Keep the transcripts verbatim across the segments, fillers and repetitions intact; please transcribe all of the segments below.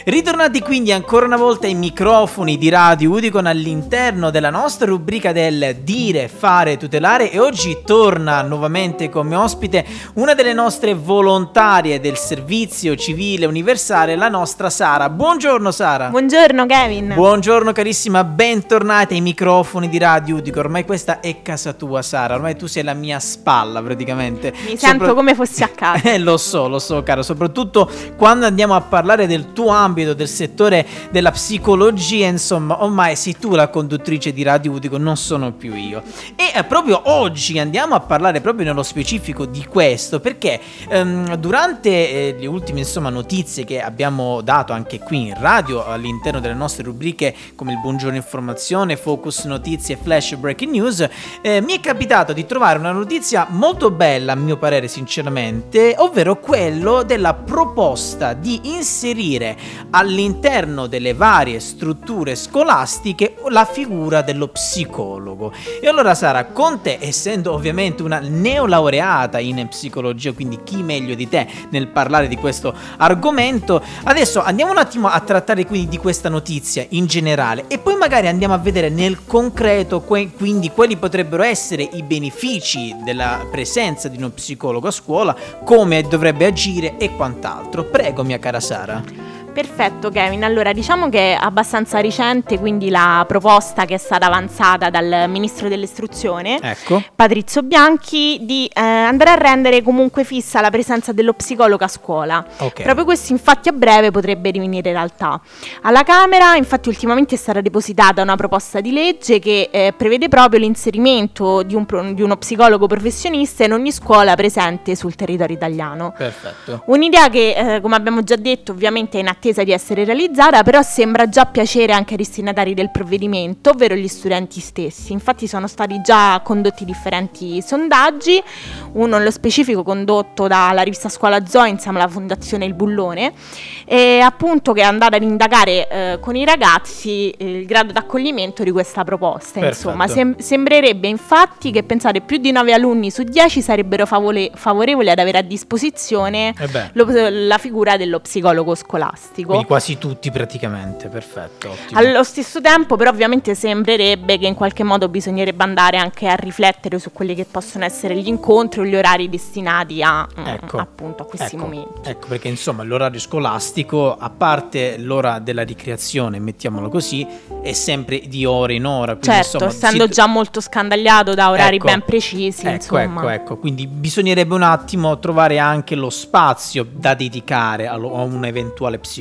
Ritornati quindi ancora una volta ai microfoni di Radio Udicon all'interno della nostra rubrica del Dire, Fare, Tutelare, e oggi torna nuovamente come ospite una delle nostre volontarie del servizio civile universale, la nostra Sara. Buongiorno Sara. Buongiorno Kevin. Buongiorno carissima, bentornata ai microfoni di Radio Udicon. Ormai questa è casa tua Sara, ormai tu sei la mia spalla praticamente. Mi sento Sopra... come fossi a casa. Eh, lo so, lo so caro, soprattutto quando andiamo a parlare del tuo ambito, del settore della psicologia, insomma, ormai sei tu la conduttrice di Radio Udicon, non sono più io. E eh, proprio oggi andiamo a parlare proprio nello specifico di questo, perché ehm, durante eh, le ultime insomma notizie che abbiamo dato anche qui in radio all'interno delle nostre rubriche come il Buongiorno Informazione, Focus Notizie, Flash Breaking News, eh, mi è capitato di trovare una notizia molto bella a mio parere sinceramente, ovvero quello della proposta di inserire all'interno delle varie strutture scolastiche la figura dello psicologo. E allora Sara, con te, essendo ovviamente una neolaureata in psicologia, quindi chi meglio di te nel parlare di questo argomento, adesso andiamo un attimo a trattare quindi di questa notizia in generale e poi magari andiamo a vedere nel concreto que- quindi quali potrebbero essere i benefici della presenza di uno psicologo a scuola, come dovrebbe agire e quant'altro. Prego mia cara Sara. Perfetto Kevin, allora diciamo che è abbastanza recente quindi la proposta che è stata avanzata dal Ministro dell'Istruzione, ecco, Patrizio Bianchi, di eh, andare a rendere comunque fissa la presenza dello psicologo a scuola. Okay. Proprio questo infatti a breve potrebbe divenire realtà. Alla Camera infatti ultimamente è stata depositata una proposta di legge che eh, prevede proprio l'inserimento di, un pro- di uno psicologo professionista in ogni scuola presente sul territorio italiano. Perfetto. Un'idea che eh, come abbiamo già detto ovviamente è in attesa di essere realizzata, però sembra già piacere anche ai destinatari del provvedimento, ovvero gli studenti stessi. Infatti sono stati già condotti differenti sondaggi, uno nello specifico condotto dalla rivista Scuola Zoe insieme alla Fondazione Il Bullone, e appunto che è andata ad indagare eh, con i ragazzi eh, il grado d'accoglimento di questa proposta. Perfetto. Insomma, sem- sembrerebbe infatti che pensate più di nove alunni su dieci sarebbero favole- favorevoli ad avere a disposizione eh lo- la figura dello psicologo scolastico. Quindi quasi tutti praticamente, perfetto, ottimo. Allo stesso tempo però ovviamente sembrerebbe che in qualche modo bisognerebbe andare anche a riflettere su quelli che possono essere gli incontri o gli orari destinati a ecco, mh, appunto a questi ecco, momenti. Ecco perché insomma l'orario scolastico, a parte l'ora della ricreazione, mettiamolo così, è sempre di ora in ora. Quindi, certo, insomma, essendo si... già molto scandagliato da orari ecco, ben precisi. Ecco, insomma. ecco, ecco, quindi bisognerebbe un attimo trovare anche lo spazio da dedicare a, lo, a un eventuale psicologo.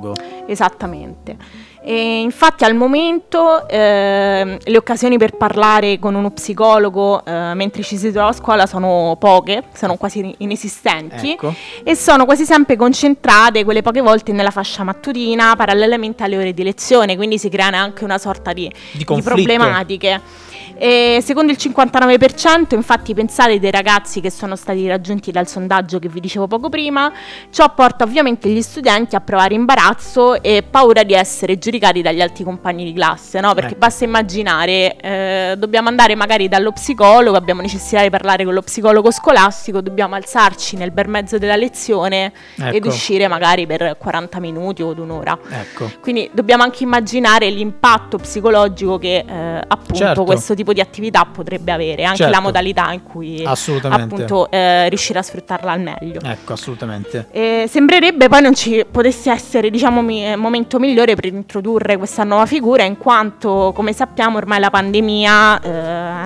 Esattamente. E infatti al momento eh, le occasioni per parlare con uno psicologo eh, mentre ci si trova a scuola sono poche, sono quasi inesistenti, ecco, e sono quasi sempre concentrate quelle poche volte nella fascia mattutina parallelamente alle ore di lezione, quindi si creano anche una sorta di, di, di problematiche. E secondo il cinquantanove per cento infatti pensate dei ragazzi che sono stati raggiunti dal sondaggio che vi dicevo poco prima, ciò porta ovviamente gli studenti a provare imbarazzo e paura di essere giudicati dagli altri compagni di classe, no? Perché ecco, basta immaginare, eh, dobbiamo andare magari dallo psicologo, abbiamo necessità di parlare con lo psicologo scolastico, dobbiamo alzarci nel bel mezzo della lezione ecco, ed uscire magari per quaranta minuti o ad un'ora. Ecco. Quindi dobbiamo anche immaginare l'impatto psicologico che eh, appunto certo, questo tipo di attività potrebbe avere, anche certo, la modalità in cui appunto eh, riuscire a sfruttarla al meglio. Ecco, assolutamente. E sembrerebbe poi non ci potesse essere, diciamo, mi- momento migliore per introdurre questa nuova figura, in quanto, come sappiamo, ormai la pandemia eh,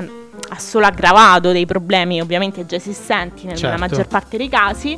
ha solo aggravato dei problemi ovviamente già esistenti nella certo, maggior parte dei casi.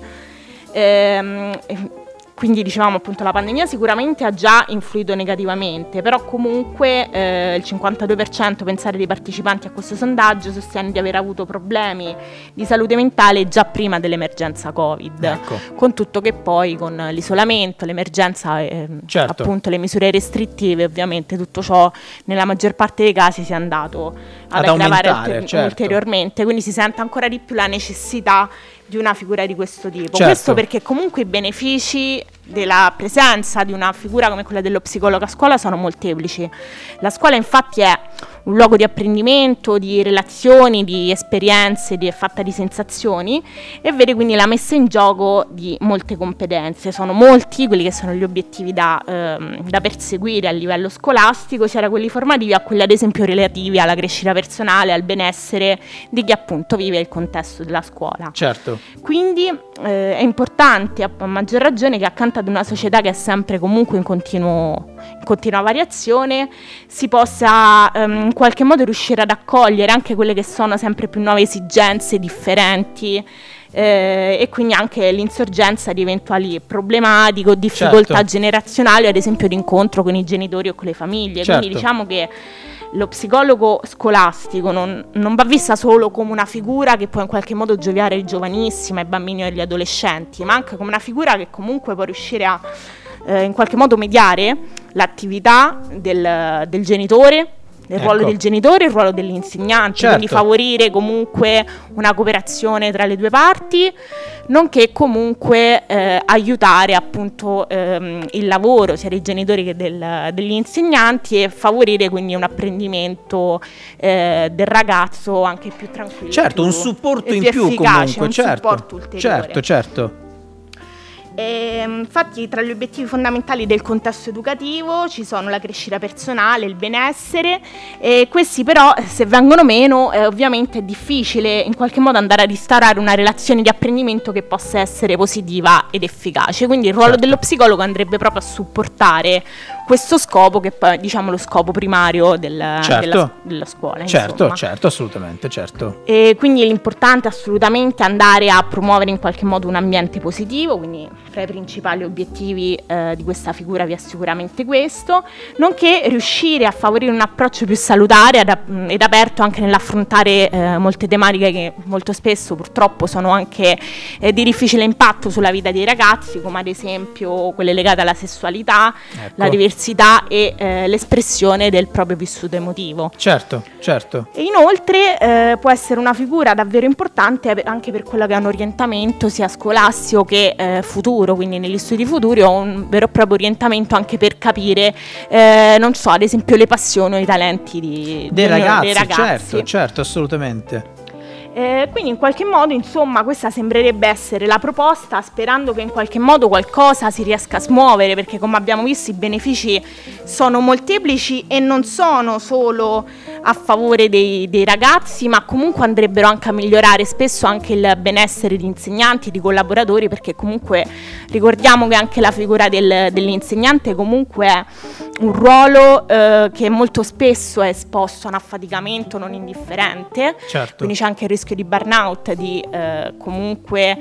Ehm, Quindi dicevamo appunto la pandemia sicuramente ha già influito negativamente, però comunque eh, il cinquantadue per cento pensare dei partecipanti a questo sondaggio sostiene di aver avuto problemi di salute mentale già prima dell'emergenza Covid, ecco, con tutto che poi con l'isolamento, l'emergenza e certo, appunto le misure restrittive, ovviamente tutto ciò nella maggior parte dei casi si è andato ad, ad aggravare aumentare, ulter- certo, ulteriormente, quindi si sente ancora di più la necessità di una figura di questo tipo. certo, Questo perché comunque i benefici della presenza di una figura come quella dello psicologo a scuola sono molteplici. La scuola infatti è un luogo di apprendimento, di relazioni, di esperienze, di, è fatta di sensazioni, e vede quindi la messa in gioco di molte competenze. Sono molti quelli che sono gli obiettivi da, ehm, da perseguire a livello scolastico, sia da quelli formativi a quelli ad esempio relativi alla crescita personale, al benessere di chi appunto vive il contesto della scuola. Certo. Quindi eh, è importante, a maggior ragione, che accanto ad una società che è sempre comunque in continuo in continua variazione, si possa ehm, in qualche modo riuscire ad accogliere anche quelle che sono sempre più nuove esigenze differenti, eh, e quindi anche l'insorgenza di eventuali problematiche o difficoltà certo. generazionali, ad esempio di incontro con i genitori o con le famiglie. Certo. Quindi diciamo che lo psicologo scolastico non, non va vista solo come una figura che può in qualche modo gioviare ai giovanissimi, ai bambini e agli adolescenti, ma anche come una figura che comunque può riuscire a eh, in qualche modo mediare l'attività del, del genitore, il ecco. ruolo del genitore e il ruolo dell'insegnante, certo. quindi favorire comunque una cooperazione tra le due parti, nonché comunque eh, aiutare appunto ehm, il lavoro sia dei genitori che del, degli insegnanti, e favorire quindi un apprendimento eh, del ragazzo anche più tranquillo. Certo, più, un supporto in più più efficace, comunque, un certo. supporto ulteriore. Certo, certo. E, infatti tra gli obiettivi fondamentali del contesto educativo ci sono la crescita personale, il benessere, e questi però, se vengono meno, eh, ovviamente è difficile in qualche modo andare a instaurare una relazione di apprendimento che possa essere positiva ed efficace. Quindi il ruolo certo. dello psicologo andrebbe proprio a supportare questo scopo, che poi diciamo lo scopo primario del, certo. della, della scuola. Certo, insomma. certo, assolutamente, certo. E quindi è importante assolutamente andare a promuovere in qualche modo un ambiente positivo, quindi fra i principali obiettivi eh, di questa figura vi è sicuramente questo, nonché riuscire a favorire un approccio più salutare ed, ed aperto anche nell'affrontare eh, molte tematiche che molto spesso purtroppo sono anche eh, di difficile impatto sulla vita dei ragazzi, come ad esempio quelle legate alla sessualità, ecco. la diversità e eh, l'espressione del proprio vissuto emotivo. Certo, certo. E inoltre eh, può essere una figura davvero importante anche per quello che è un orientamento sia scolastico che eh, futuro, quindi negli studi futuri ho un vero e proprio orientamento anche per capire, eh, non so, ad esempio le passioni o i talenti di, dei, di, ragazzi, dei ragazzi. Certo, certo, assolutamente. Eh, quindi in qualche modo, insomma, questa sembrerebbe essere la proposta, sperando che in qualche modo qualcosa si riesca a smuovere, perché come abbiamo visto i benefici sono molteplici e non sono solo a favore dei, dei ragazzi, ma comunque andrebbero anche a migliorare spesso anche il benessere di insegnanti, di collaboratori, perché comunque ricordiamo che anche la figura del, dell'insegnante comunque è un ruolo eh, che molto spesso è esposto a un affaticamento non indifferente, certo. quindi c'è anche il rischio di burnout, di eh, comunque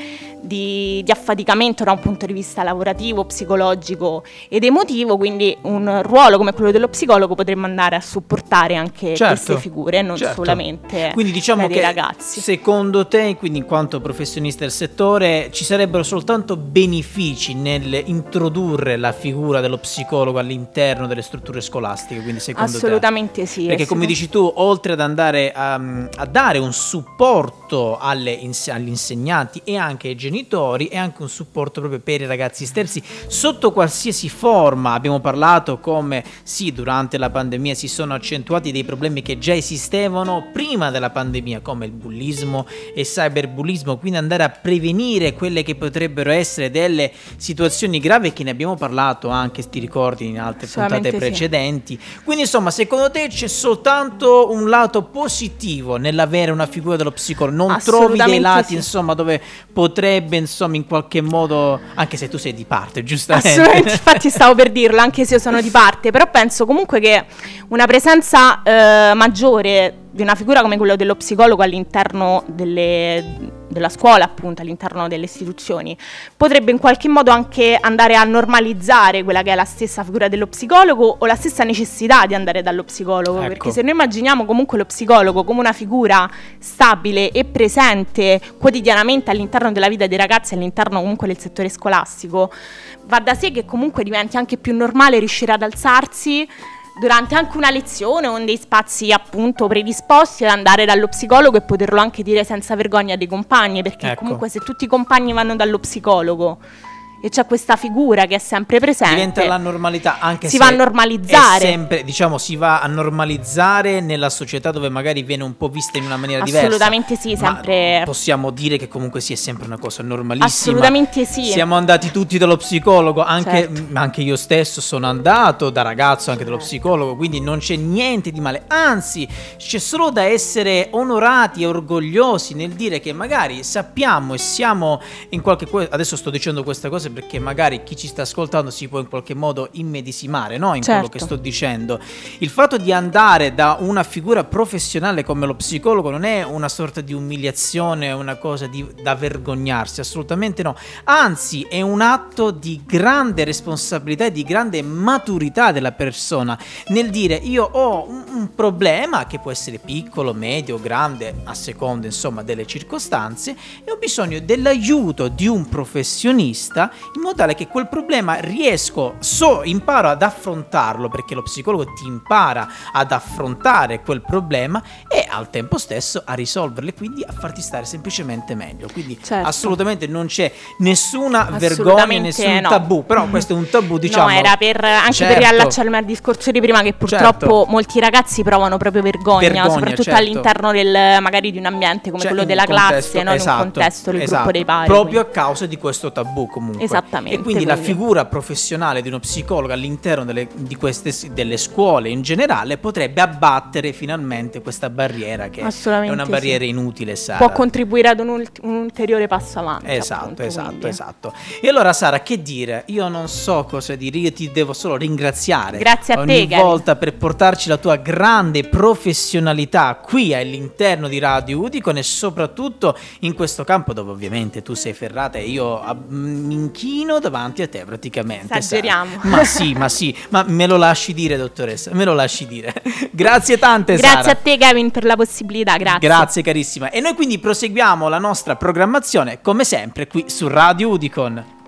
di, di affaticamento da un punto di vista lavorativo, psicologico ed emotivo, quindi un ruolo come quello dello psicologo potremmo andare a supportare anche certo. queste figure, non certo. solamente quindi diciamo dei che ragazzi. Secondo te, quindi in quanto professionista del settore, ci sarebbero soltanto benefici nel introdurre la figura dello psicologo all'interno delle strutture scolastiche, quindi secondo assolutamente te? sì. Perché come dici tu, oltre ad andare a, a dare un supporto alle ins- agli insegnanti e anche ai genitori, è anche un supporto proprio per i ragazzi stessi sotto qualsiasi forma. Abbiamo parlato come sì, durante la pandemia si sono accentuati dei problemi che già esistevano prima della pandemia, come il bullismo e cyberbullismo, quindi andare a prevenire quelle che potrebbero essere delle situazioni gravi, che ne abbiamo parlato anche, ti ricordi, in altre puntate precedenti. Sì. Quindi insomma, secondo te c'è soltanto un lato positivo nell'avere una figura dello psicologo? Non trovi dei lati sì. insomma dove potrebbe insomma in qualche modo, anche se tu sei di parte, giustamente. Assolutamente, infatti stavo per dirlo, anche se io sono di parte, però penso comunque che una presenza eh, maggiore di una figura come quella dello psicologo all'interno delle, della scuola, appunto all'interno delle istituzioni, potrebbe in qualche modo anche andare a normalizzare quella che è la stessa figura dello psicologo o la stessa necessità di andare dallo psicologo, ecco. Perché se noi immaginiamo comunque lo psicologo come una figura stabile e presente quotidianamente all'interno della vita dei ragazzi, all'interno comunque del settore scolastico, va da sé che comunque diventi anche più normale riuscire ad alzarsi durante anche una lezione o in dei spazi appunto predisposti ad andare dallo psicologo e poterlo anche dire senza vergogna dei compagni, perché ecco. comunque se tutti i compagni vanno dallo psicologo e c'è questa figura che è sempre presente, diventa la normalità, anche si se va a normalizzare, è sempre, diciamo, si va a normalizzare nella società dove magari viene un po' vista in una maniera diversa. Assolutamente sì, sempre. Ma possiamo dire che comunque sì, è sempre una cosa normalissima. Assolutamente sì. Siamo andati tutti dallo psicologo, anche, Certo. anche io stesso sono andato da ragazzo anche dallo psicologo, quindi non c'è niente di male, anzi c'è solo da essere onorati e orgogliosi nel dire che magari sappiamo e siamo in qualche adesso sto dicendo queste cose perché magari chi ci sta ascoltando si può in qualche modo immedesimare, no? In Certo. quello che sto dicendo. Il fatto di andare da una figura professionale come lo psicologo non è una sorta di umiliazione, una cosa di, da vergognarsi, assolutamente no. Anzi, è un atto di grande responsabilità e di grande maturità della persona nel dire io ho un, un problema che può essere piccolo, medio, grande, a seconda insomma delle circostanze, e ho bisogno dell'aiuto di un professionista in modo tale che quel problema riesco, so, imparo ad affrontarlo, perché lo psicologo ti impara ad affrontare quel problema e al tempo stesso a risolverle, quindi a farti stare semplicemente meglio. Quindi Certo. assolutamente non c'è nessuna vergogna, Assolutamente nessun no. tabù, però questo è un tabù, diciamo. No, era per anche Certo. per riallacciarmi al discorso di prima, che purtroppo Certo. molti ragazzi provano proprio vergogna, Vergogna, soprattutto certo. all'interno del magari di un ambiente come Cioè, quello in della un contesto- classe, no? esatto, in un contesto del esatto, gruppo dei pari. proprio quindi. a causa di questo tabù comunque. Esattamente, E quindi la quindi. figura professionale di uno psicologo all'interno delle, di queste delle scuole in generale potrebbe abbattere finalmente questa barriera che è Assolutamente una sì. barriera inutile, Sara. Può contribuire ad un, ult- un ulteriore passo avanti. Esatto, appunto, esatto, quindi. esatto. E allora Sara, che dire? Io non so cosa dire, io ti devo solo ringraziare Grazie a te, ogni Gary. volta per portarci la tua grande professionalità qui all'interno di Radio Udicon e soprattutto in questo campo dove ovviamente tu sei ferrata e io ah, mi inchino davanti a te praticamente. Esageriamo. Sara. Ma sì, ma sì, ma me lo lasci dire, dottoressa, me lo lasci dire. Grazie tante, Sara. Grazie a te, Gavin, per la possibilità. Grazie. Grazie carissima. E noi quindi proseguiamo la nostra programmazione come sempre qui su Radio Udicon.